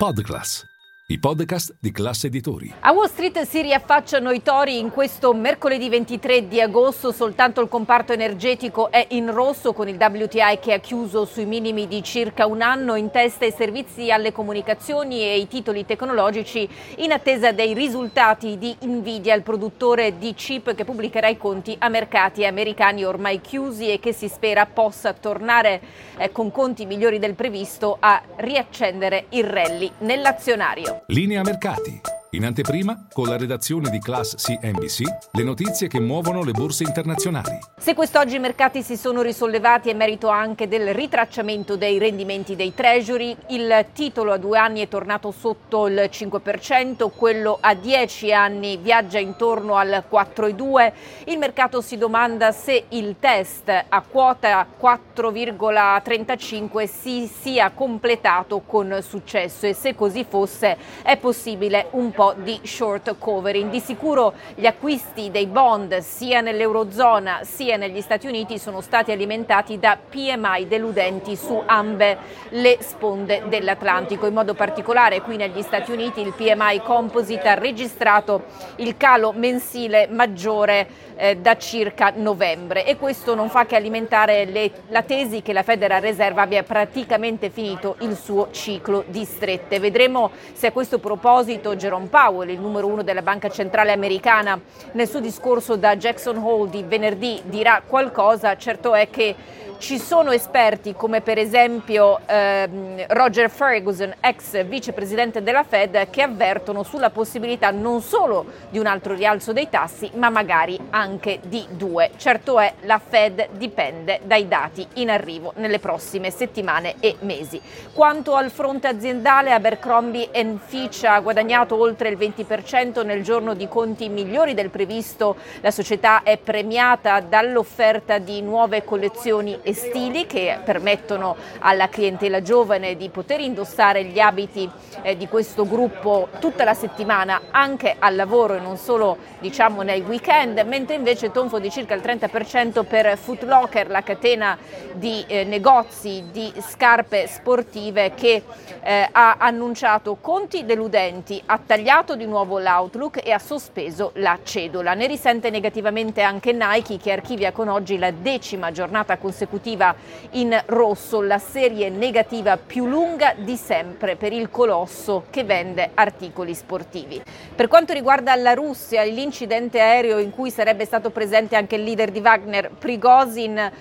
Podclass, i podcast di Class Editori. A Wall Street si riaffacciano i tori in questo mercoledì 23 di agosto. Soltanto il comparto energetico è in rosso, con il WTI che ha chiuso sui minimi di circa un anno. In testa i servizi alle comunicazioni e i titoli tecnologici, in attesa dei risultati di Nvidia, il produttore di chip che pubblicherà i conti a mercati americani ormai chiusi e che si spera possa tornare con conti migliori del previsto a riaccendere il rally nell'azionario. Linea mercati. In anteprima, con la redazione di Class CNBC, le notizie che muovono le borse internazionali. Se quest'oggi i mercati si sono risollevati è merito anche del ritracciamento dei rendimenti dei treasury. Il titolo a 2 anni è tornato sotto il 5%, quello a 10 anni viaggia intorno al 4,2%. Il mercato si domanda se il test a quota 4,35 si sia completato con successo e, se così fosse, è possibile un po' di short covering. Di sicuro gli acquisti dei bond sia nell'Eurozona sia negli Stati Uniti sono stati alimentati da PMI deludenti su ambe le sponde dell'Atlantico. In modo particolare qui negli Stati Uniti il PMI Composite ha registrato il calo mensile maggiore da circa novembre, e questo non fa che alimentare la tesi che la Federal Reserve abbia praticamente finito il suo ciclo di strette. Vedremo se a questo proposito Jerome Powell, il numero 1 della Banca Centrale Americana, nel suo discorso da Jackson Hole di venerdì dirà qualcosa. Certo è che ci sono esperti come per esempio Roger Ferguson, ex vicepresidente della Fed, che avvertono sulla possibilità non solo di un altro rialzo dei tassi, ma magari anche di 2. Certo è, la Fed dipende dai dati in arrivo nelle prossime settimane e mesi. Quanto al fronte aziendale, Abercrombie & Fitch ha guadagnato oltre il 20% nel giorno di conti migliori del previsto. La società è premiata dall'offerta di nuove collezioni stili che permettono alla clientela giovane di poter indossare gli abiti di questo gruppo tutta la settimana, anche al lavoro e non solo nei weekend, mentre invece tonfo di circa il 30% per Foot Locker, la catena di negozi di scarpe sportive che ha annunciato conti deludenti, ha tagliato di nuovo l'outlook e ha sospeso la cedola. Ne risente negativamente anche Nike, che archivia con oggi la 10ª giornata consecutiva in rosso, la serie negativa più lunga di sempre per il colosso che vende articoli sportivi. Per quanto riguarda la Russia, l'incidente aereo in cui sarebbe stato presente anche il leader di Wagner, Prigozhin,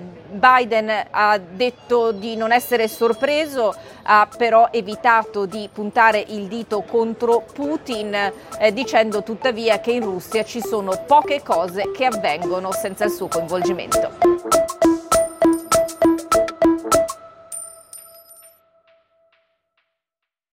Biden ha detto di non essere sorpreso, ha però evitato di puntare il dito contro Putin, dicendo tuttavia che in Russia ci sono poche cose che avvengono senza il suo coinvolgimento.